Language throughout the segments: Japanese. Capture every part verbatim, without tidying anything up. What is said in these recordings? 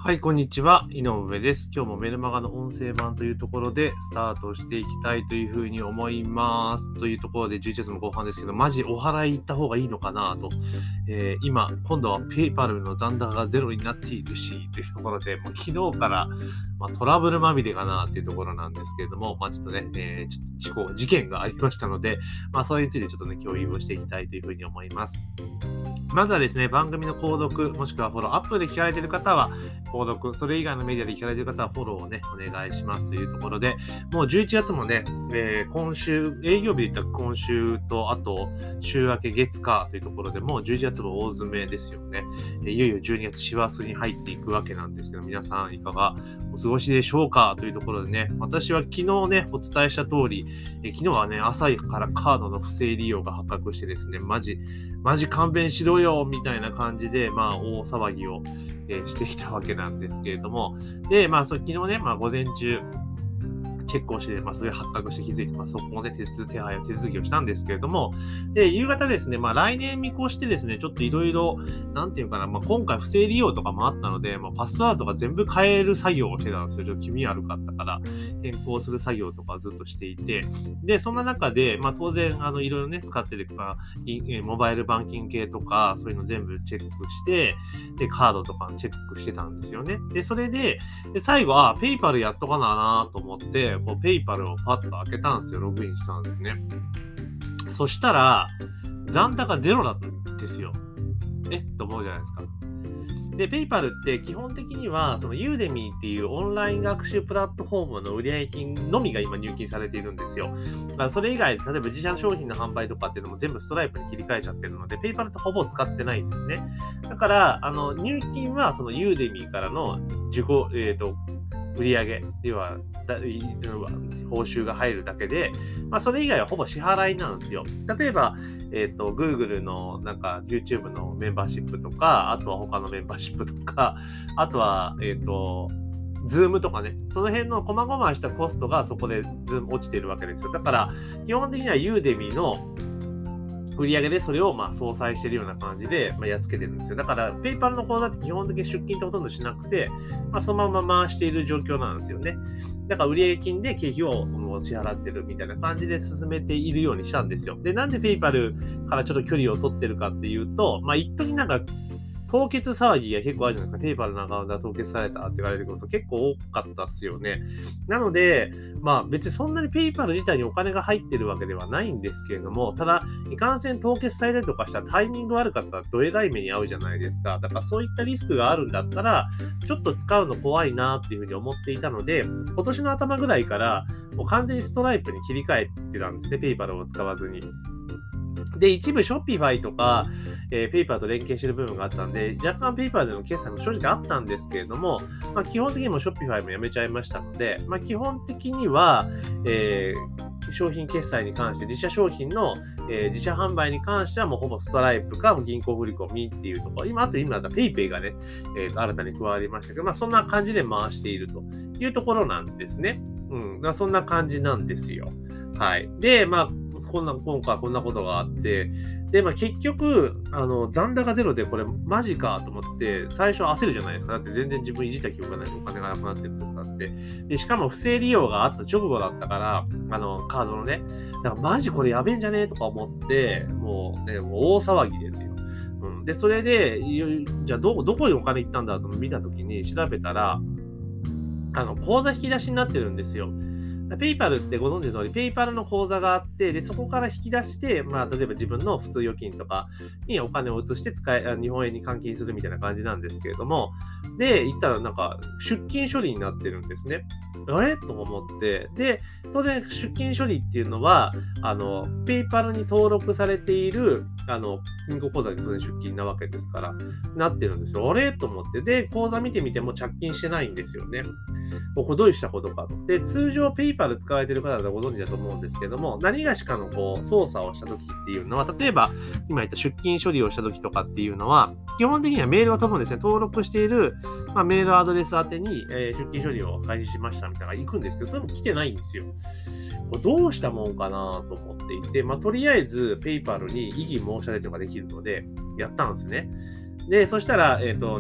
はい、こんにちは。井上です。今日もメルマガの音声版というところでスタートしていきたいというふうに思います。というところでじゅういちがつの後半ですけど、マジお払い行った方がいいのかなと。えー、今、今度はペイパルの残高がゼロになっているし、というところで、もう昨日から、まあ、トラブルまみれかなっていうところなんですけれども、まあちょっとね、えー、ちょっと事故、事件がありましたので、まあそれについてちょっとね、共有をしていきたいというふうに思います。まずはですね、番組の購読、もしくはフォロー、アップで聞かれている方は購読、それ以外のメディアで聞かれている方はフォローをね、お願いしますというところで、もうじゅういちがつもね、えー、今週、営業日で言ったら今週と、あと週明け月火というところでもうじゅういちがつも大詰めですよね。えー、いよいよじゅうにがつ師走に入っていくわけなんですけど、皆さんいかがお過ごしでしょうかというところでね、私は昨日ね、お伝えした通り、えー、昨日はね、朝からカードの不正利用が発覚してですね、マジ、マジ勘弁しろよみたいな感じで、まあ、大騒ぎを、えー、していたわけなんですけれども、で、まあ、そ昨日ね、まあ、午前中、チェックをして、まあ、それ発覚して気づいて、まあ、そこで手手配を手続きをしたんですけれども、で、夕方ですね、まあ、来年見越してですね、ちょっといろいろ、なんていうかな、まあ、今回不正利用とかもあったので、まあ、パスワードが全部変える作業をしてたんですよ。ちょっと気味悪かったから、変更する作業とかずっとしていて、で、そんな中で、まあ、当然、あの、いろいろね、使ってて、まあ、モバイルバンキング系とか、そういうの全部チェックして、で、カードとかチェックしてたんですよね。で、それで、で最後、あ、ペイパルやっとかななと思って、こうペイパルをパッと開けたんですよ。ログインしたんですね。そしたら、残高ゼロだったんですよ。えっと思うじゃないですか。で、ペイパルって基本的には、そのユーデミーっていうオンライン学習プラットフォームの売上金のみが今入金されているんですよ。だからそれ以外、例えば自社商品の販売とかっていうのも全部ストライプに切り替えちゃってるので、ペイパルってほぼ使ってないんですね。だから、あの、入金はそのユーデミーからの受講、えっと、売上ではだ報酬が入るだけで、まあ、それ以外はほぼ支払いなんですよ。例えば、えっと、Google のなんか YouTube のメンバーシップとか、あとは他のメンバーシップとか、あとは、えっと、Zoom とかね、その辺の細々したコストがそこで Zoom 落ちてるわけですよ。だから、基本的には Udemy の売上でそれをまあ相殺してるような感じで、まあ、やっつけてるんですよ。だから、ペイパルの口座って基本的に出金ってほとんどしなくて、まあ、そのまま回している状況なんですよね。だから、売上金で経費を支払ってるみたいな感じで進めているようにしたんですよ。で、なんでペイパルからちょっと距離を取ってるかっていうと、まあ、一時なんか、凍結騒ぎが結構あるじゃないですか。ペイパルのアカウントが凍結されたって言われること結構多かったっすよね。なので、まあ別にそんなにペイパル自体にお金が入ってるわけではないんですけれども、ただ、いかんせん凍結されたりとかしたらタイミング悪かったらどえらい目に遭うじゃないですか。だからそういったリスクがあるんだったら、ちょっと使うの怖いなっていうふうに思っていたので、今年の頭ぐらいからもう完全にストライプに切り替えてたんですね。ペイパルを使わずに。で、一部ショッピファイとか、えー、ペイパーと連携している部分があったんで、若干ペイパーでの決済も正直あったんですけれども、まあ、基本的にもショッピファイもやめちゃいましたので、まあ、基本的には、えー、商品決済に関して、自社商品の、えー、自社販売に関してはもうほぼストライプか銀行振り込みっていうところ、今、あと今だったらペイペイがね、えー、新たに加わりましたけど、まあ、そんな感じで回しているというところなんですね。うん、まあ、そんな感じなんですよ。はい。で、まあ、こんな、今回こんなことがあって、で、まあ結局、あの、残高ゼロでこれマジかと思って、最初焦るじゃないですか。だって全然自分いじった記憶がないお金がなくなってるとかって。で、しかも不正利用があった直後だったから、あの、カードのね、だからマジこれやべえんじゃねえとか思って、もうね、もう大騒ぎですよ。うん。で、それで、じゃあど、どこにお金行ったんだと見たときに調べたら、あの、口座引き出しになってるんですよ。ペイパルってご存知の通り、ペイパルの口座があって、で、そこから引き出して、まあ、例えば自分の普通預金とかにお金を移して使え、日本円に換金するみたいな感じなんですけれども、で、言ったらなんか、出金処理になってるんですね。あれと思って、で、当然、出金処理っていうのは、あの、ペイパルに登録されている、あの、銀行口座に当然出金なわけですから、なってるんですよ。あれと思って、で、口座見てみても着金してないんですよね。これどうしたことかと。で、通常ペイパル使われている方だとご存知だと思うんですけども、何がしかのこう操作をしたときっていうのは、例えば今言った出金処理をしたときとかっていうのは、基本的にはメールが飛ぶんですね。登録している、まあ、メールアドレス宛てに、えー、出金処理を開始しましたみたいなのが行くんですけど、それも来てないんですよ。これどうしたもんかなと思っていて、まあ、とりあえずペイパルに異議申し立てとかできるので、やったんですね。で、そしたら、えっと、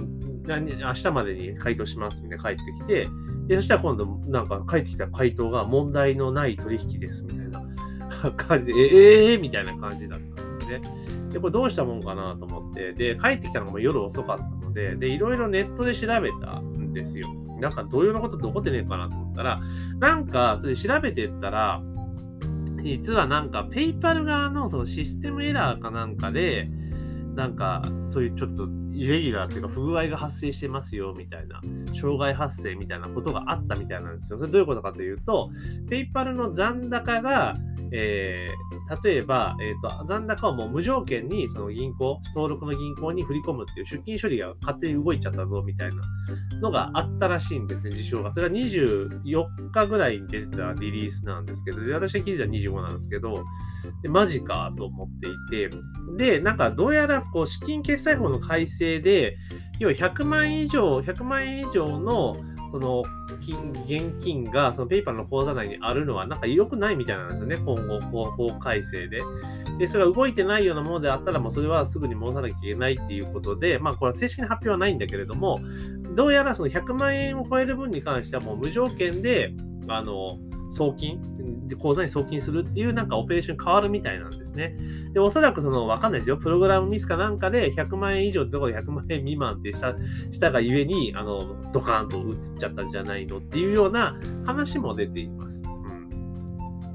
なに明日までに回答しますみたいな返ってきて、で、そしたら今度、なんか返ってきた回答が問題のない取引ですみたいな感じで、ええー、みたいな感じだったんですね。で、これどうしたもんかなと思って、で、帰ってきたのがもう夜遅かったので、で、いろいろネットで調べたんですよ。なんか同様のことどこでねえかなと思ったら、なんか、それ調べてったら、実はなんか、ペイパル側のそのシステムエラーかなんかで、なんか、そういうちょっとイレギュラーっていうか不具合が発生してますよ、みたいな、障害発生みたいなことがあったみたいなんですよ。それどういうことかというと、ペイパルの残高が、えー、例えば、えーと、残高をもう無条件にその銀行、登録の銀行に振り込むっていう出金処理が勝手に動いちゃったぞみたいなのがあったらしいんですね、事象が。それがにじゅうよっかぐらいに出てたリリースなんですけど、で私が聞いてたらにじゅうごなんですけど、でマジかと思っていて、で、なんかどうやらこう資金決済法の改正で、要はひゃくまん以上、ひゃくまん円以上のその現金がそのペイパルの口座内にあるのはなんか良くないみたいなんですよね、今後法改正で。で、それが動いてないようなものであったら、もうそれはすぐに戻さなきゃいけないっていうことで、まあこれは正式な発表はないんだけれども、どうやらそのひゃくまん円を超える分に関してはもう無条件で、あの、送金、口座に送金するっていうなんかオペレーション変わるみたいなんですね。で、おそらくそのわかんないですよ。プログラムミスかなんかでひゃくまん円以上ってところでひゃくまん円未満ってした、したがゆえに、あの、ドカーンと移っちゃったんじゃないのっていうような話も出ています。うん。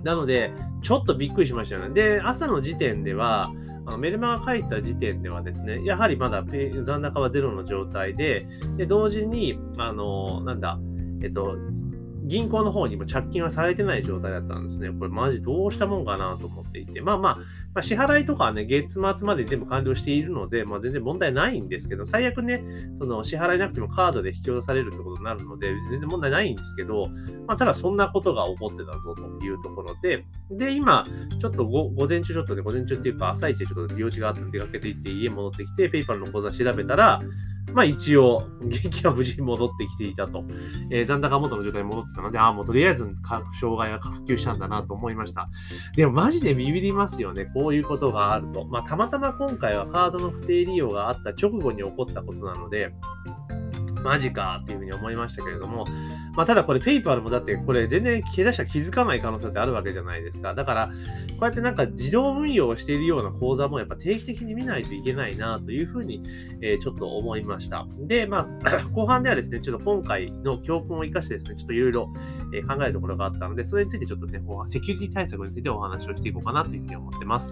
なので、ちょっとびっくりしましたよね。で、朝の時点では、あのメルマガ書いた時点ではですね、やはりまだペイ残高はゼロの状態で、で、同時に、あの、なんだ、えっと、銀行の方にも着金はされてない状態だったんですね。これマジどうしたもんかなと思っていて。まあまあ、まあ、支払いとかはね、月末まで全部完了しているので、まあ全然問題ないんですけど、最悪ね、その支払いなくてもカードで引き落とされるってことになるので、全然問題ないんですけど、まあただそんなことが起こってたぞというところで、で、今、ちょっと午前中ちょっとね、午前中っていうか朝一でちょっと用事があって出かけていって家戻ってきて、ペイパルの口座調べたら、まあ一応、現金は無事に戻ってきていたと。えー、残高は元の状態に戻ってたので、ああ、もうとりあえず障害が復旧したんだなと思いました。でもマジでビビりますよね。こういうことがあると。まあたまたま今回はカードの不正利用があった直後に起こったことなので、マジかっていうふうに思いましたけれども、まあただこれペイパルもだってこれ全然気出したら気づかない可能性ってあるわけじゃないですか。だからこうやってなんか自動運用をしているような口座もやっぱ定期的に見ないといけないなというふうに、えー、ちょっと思いました。で、まあ後半ではですね、ちょっと今回の教訓を生かしてですね、ちょっといろいろ考えるところがあったので、それについてちょっとね、セキュリティ対策についてお話をしていこうかなというふうに思ってます。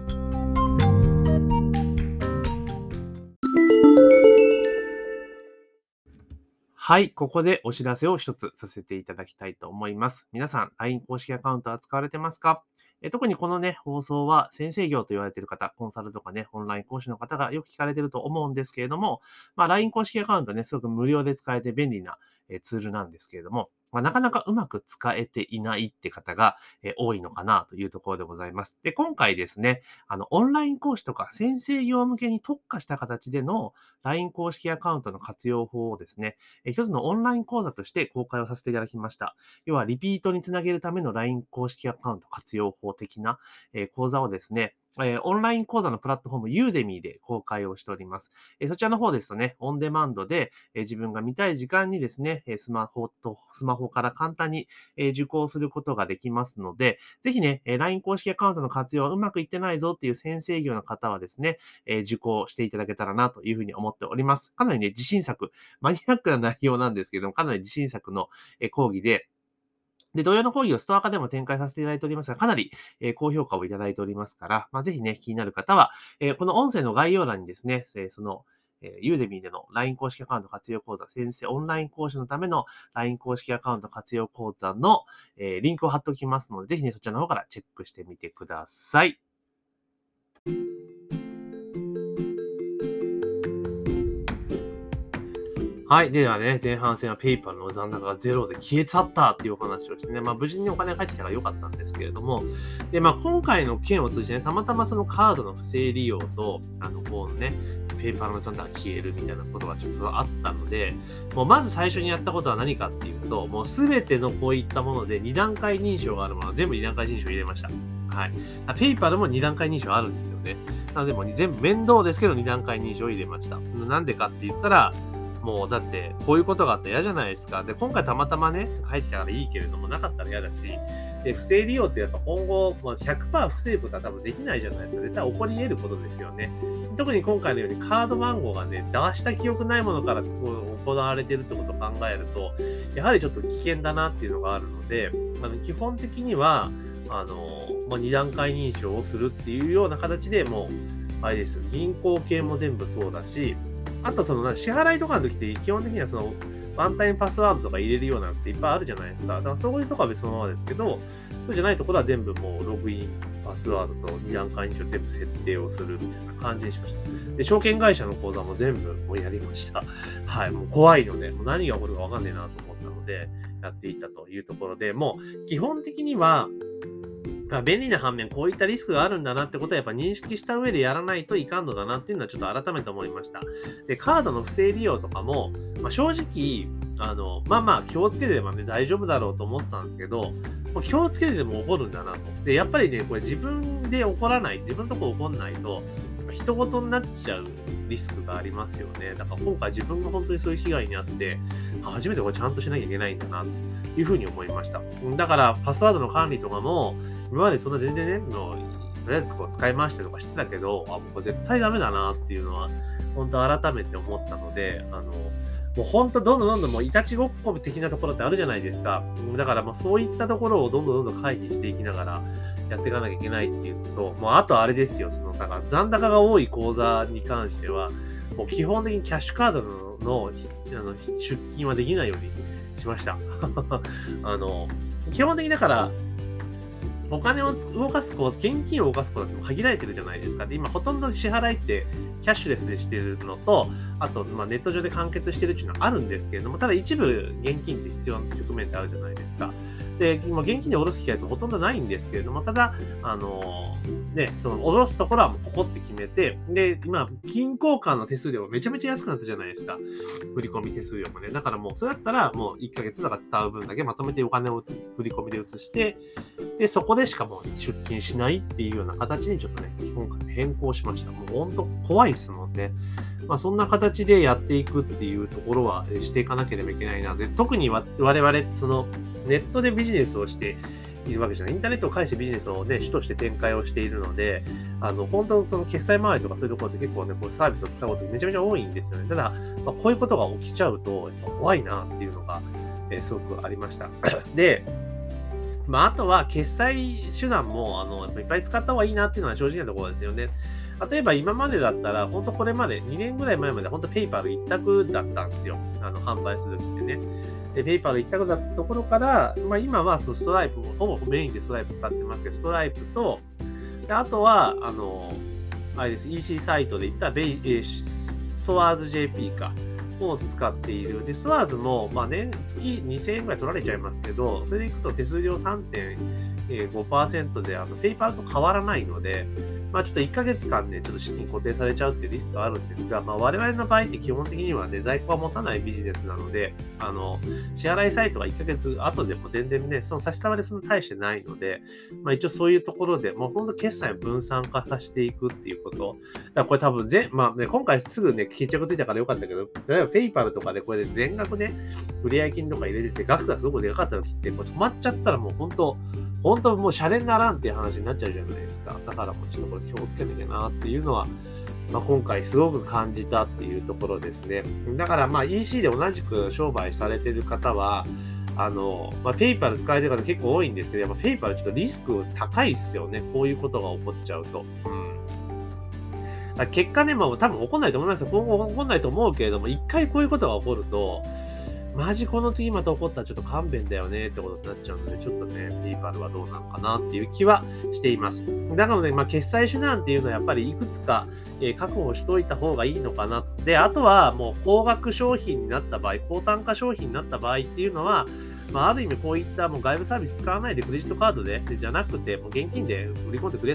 はい、ここでお知らせを一つさせていただきたいと思います。皆さん、ライン 公式アカウントは使われてますか？え特にこのね、放送は先生業と言われている方、コンサルとかね、オンライン講師の方がよく聞かれていると思うんですけれども、まあ、ライン 公式アカウントね、すごく無料で使えて便利なツールなんですけれども、まあ、なかなかうまく使えていないって方が多いのかなというところでございます。で、今回ですね、あの、オンライン講師とか先生業向けに特化した形での ライン 公式アカウントの活用法をですね、一つのオンライン講座として公開をさせていただきました。要は、リピートにつなげるための ライン 公式アカウント活用法的な講座をですね、えー、オンライン講座のプラットフォーム ユーデミーで公開をしております。えー、そちらの方ですとね、オンデマンドで、えー、自分が見たい時間にですね、スマホと、スマホから簡単に、えー、受講することができますので、ぜひね、ライン 公式アカウントの活用はうまくいってないぞっていう先生業の方はですね、えー、受講していただけたらなというふうに思っております。かなりね、自信作、マニアックな内容なんですけども、かなり自信作の、えー、講義で、で、同様の講義をストア化でも展開させていただいておりますが、かなり、えー、高評価をいただいておりますから、まあ、ぜひね、気になる方は、えー、この音声の概要欄にですね、えー、その、えー、ユーデミーでの ライン 公式アカウント活用講座、先生オンライン講師のための ライン 公式アカウント活用講座の、えー、リンクを貼っておきますので、ぜひね、そちらの方からチェックしてみてください。はい。ではね、前半戦はペイパルの残高がゼロで消え去ったっていうお話をしてね、まあ無事にお金が返ってきたから良かったんですけれども、で、まあ今回の件を通じてね、たまたまそのカードの不正利用と、あの、こうね、ペイパルの残高が消えるみたいなことがちょっとあったので、もうまず最初にやったことは何かっていうと、もうすべてのこういったものでに段階認証があるものは全部に段階認証入れました。はい。ペイパルもに段階認証あるんですよね。なのでもう全部面倒ですけどに段階認証を入れました。なんでかって言ったら、 もうだってこういうことがあったら嫌じゃないですか。で、今回たまたまね、入ってたからいいけれども、なかったら嫌だし、で、不正利用ってやっぱ今後、まあ、ひゃくパーセント防ぐことは多分できないじゃないですか。絶対起こり得ることですよね。特に今回のようにカード番号がね、出した記憶ないものからこう行われているってことを考えると、やはりちょっと危険だなっていうのがあるので、あの基本的には、あの、まあ、に段階認証をするっていうような形でもう、あれです。銀行系も全部そうだし、あとその支払いとかの時って基本的にはそのワンタイムパスワードとか入れるようなのっていっぱいあるじゃないですか。だからそういうとこは別のままですけど、そうじゃないところは全部もうログイン、パスワードとに段階認証全部設定をするみたいな感じにしました。で、証券会社の口座も全部もうやりました。はい、もう怖いので、もう何が起こるかわかんねえなと思ったので、やっていったというところで、もう基本的には、まあ、便利な反面、こういったリスクがあるんだなってことはやっぱ認識した上でやらないといかんのだなっていうのはちょっと改めて思いました。で、カードの不正利用とかも、まあ、正直、あの、まあまあ気をつけてればね、大丈夫だろうと思ってたんですけど、もう気をつけてでも起こるんだなと。で、やっぱりね、これ自分で起こらない、自分のとこ起こんないと、人事になっちゃうリスクがありますよね。だから今回自分が本当にそういう被害に遭って、初めてこれちゃんとしなきゃいけないんだな、というふうに思いました。だから、パスワードの管理とかも、今までそんな全然ね、もうとりあえずこう使い回してとかしてたけど、あ、もうこれ絶対ダメだなっていうのは、本当改めて思ったので、あの、もう本当どんどんどんどんもういたちごっこ的なところってあるじゃないですか。だからもうそういったところをどんどんどんどん回避していきながらやっていかなきゃいけないっていうのと、もうあとあれですよ、その、だから残高が多い口座に関しては、もう基本的にキャッシュカードののあの出金はできないようにしました。あの、基本的にだから、お金を動かす口座、現金を動かす口座っても限られてるじゃないですか。で、今ほとんど支払いってキャッシュレスでしてるのと、あと、まあ、ネット上で完結してるっていうのはあるんですけれども、ただ一部現金って必要な局面ってあるじゃないですか。で、今現金で下ろす機会ってほとんどないんですけれども、ただ、あのね、その下ろすところはもうここって決めて、で、今、銀行間の手数料もめちゃめちゃ安くなったじゃないですか。振り込み手数料もね。だからもう、それだったらもういっかげつとか使う分だけまとめてお金を振り込みで移して、で、そこでしかもう出金しないっていうような形にちょっとね、今回変更しました。もう本当怖いですもんね。まあそんな形でやっていくっていうところはしていかなければいけないなので、特に我々、そのネットでビジネスをしているわけじゃない。インターネットを介してビジネスをね、主として展開をしているので、あの、本当その決済周りとかそういうところって結構ね、こうサービスを使うことめちゃめちゃ多いんですよね。ただ、まあ、こういうことが起きちゃうと、やっぱ怖いなっていうのが、えー、すごくありました。で、まあ、あとは決済手段も、あの、やっぱいっぱい使った方がいいなっていうのは正直なところですよね。例えば今までだったら、本当これまで、にねんぐらい前まで本当ペイパル一択だったんですよ。あの、販売するってね。で、ペイパル一択だったところから、まあ今はそのストライプも、ほぼメインでストライプ使ってますけど、ストライプと、であとは、あの、あれです、イーシー サイトで言ったベイ、えー、ストアーズ ジェーピー か。を使っている。で、ストアーズも、まあね、月にせんえんぐらい取られちゃいますけど、それでいくと手数料 さんてんごパーセント で、あの、ペイパルと変わらないので、まあちょっといっかげつかんね、ちょっと資金固定されちゃうっていうリスクがあるんですが、まあ我々の場合って基本的にはね、在庫は持たないビジネスなので、あの、支払いサイトはいっかげつ後でも全然ね、その差し障りその大してないので、まあ一応そういうところで、もうほんと決済を分散化させていくっていうこと。だからこれ多分全、まあね、今回すぐね、決着ついたからよかったけど、例えばペイパルとかでこれで全額ね、売上金とか入れてて額がすごくでかかった時って、こう止まっちゃったらもう本当、本当もうシャレにならんっていう話になっちゃうじゃないですか。だからもうちょっとこれ気をつけなきゃなっていうのは、まあ、今回すごく感じたっていうところですね。だからまあ イーシー で同じく商売されてる方は、あの、まあ、ペイパル使えてる方結構多いんですけど、やっぱペイパルちょっとリスク高いっすよね。こういうことが起こっちゃうと。うん。結果ね、まあ多分起こんないと思いますよ。今後起こんないと思うけれども、一回こういうことが起こると、マジこの次また起こったらちょっと勘弁だよねってことになっちゃうので、ちょっとね、ペイパルはどうなのかなっていう気はしています。だからね、まあ決済手段っていうのはやっぱりいくつか、えー、確保しといた方がいいのかな。で、あとはもう高額商品になった場合、高単価商品になった場合っていうのは、まあ、ある意味こういったもう外部サービス使わないでクレジットカードで、でじゃなくて、もう現金で売り込んでくれと。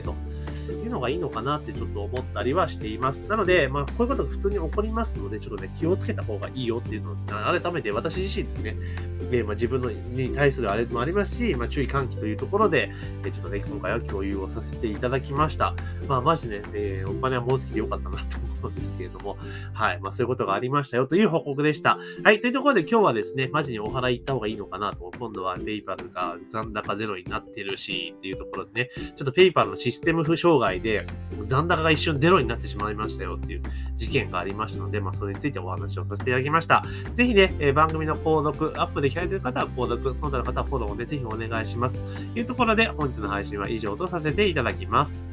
いうのがいいのかなってちょっと思ったりはしています。なので、まあ、こういうことが普通に起こりますので、ちょっとね、気をつけた方がいいよっていうのを、改めて私自身にね、で、まあ、自分のに対するあれもありますし、まあ、注意喚起というところで、えちょっとね、今回は共有をさせていただきました。まあ、マジでね、えーお金は戻ってきてよかったなと思うんですけれども、はい。まあ、そういうことがありましたよという報告でした。はい。というところで今日はですね、マジにお払い行った方がいいのかなと、今度はペイパルが残高ゼロになってるし、っていうところでね、ちょっとペイパルのシステム不障害で、残高が一瞬ゼロになってしまいましたよっていう事件がありましたので、まあ、それについてお話をさせていただきました。ぜひね、えー番組の購読、アップで聞かれている方は購読、その他の方はフォローをね、ぜひお願いします。というところで、本日の配信は以上とさせていただきます。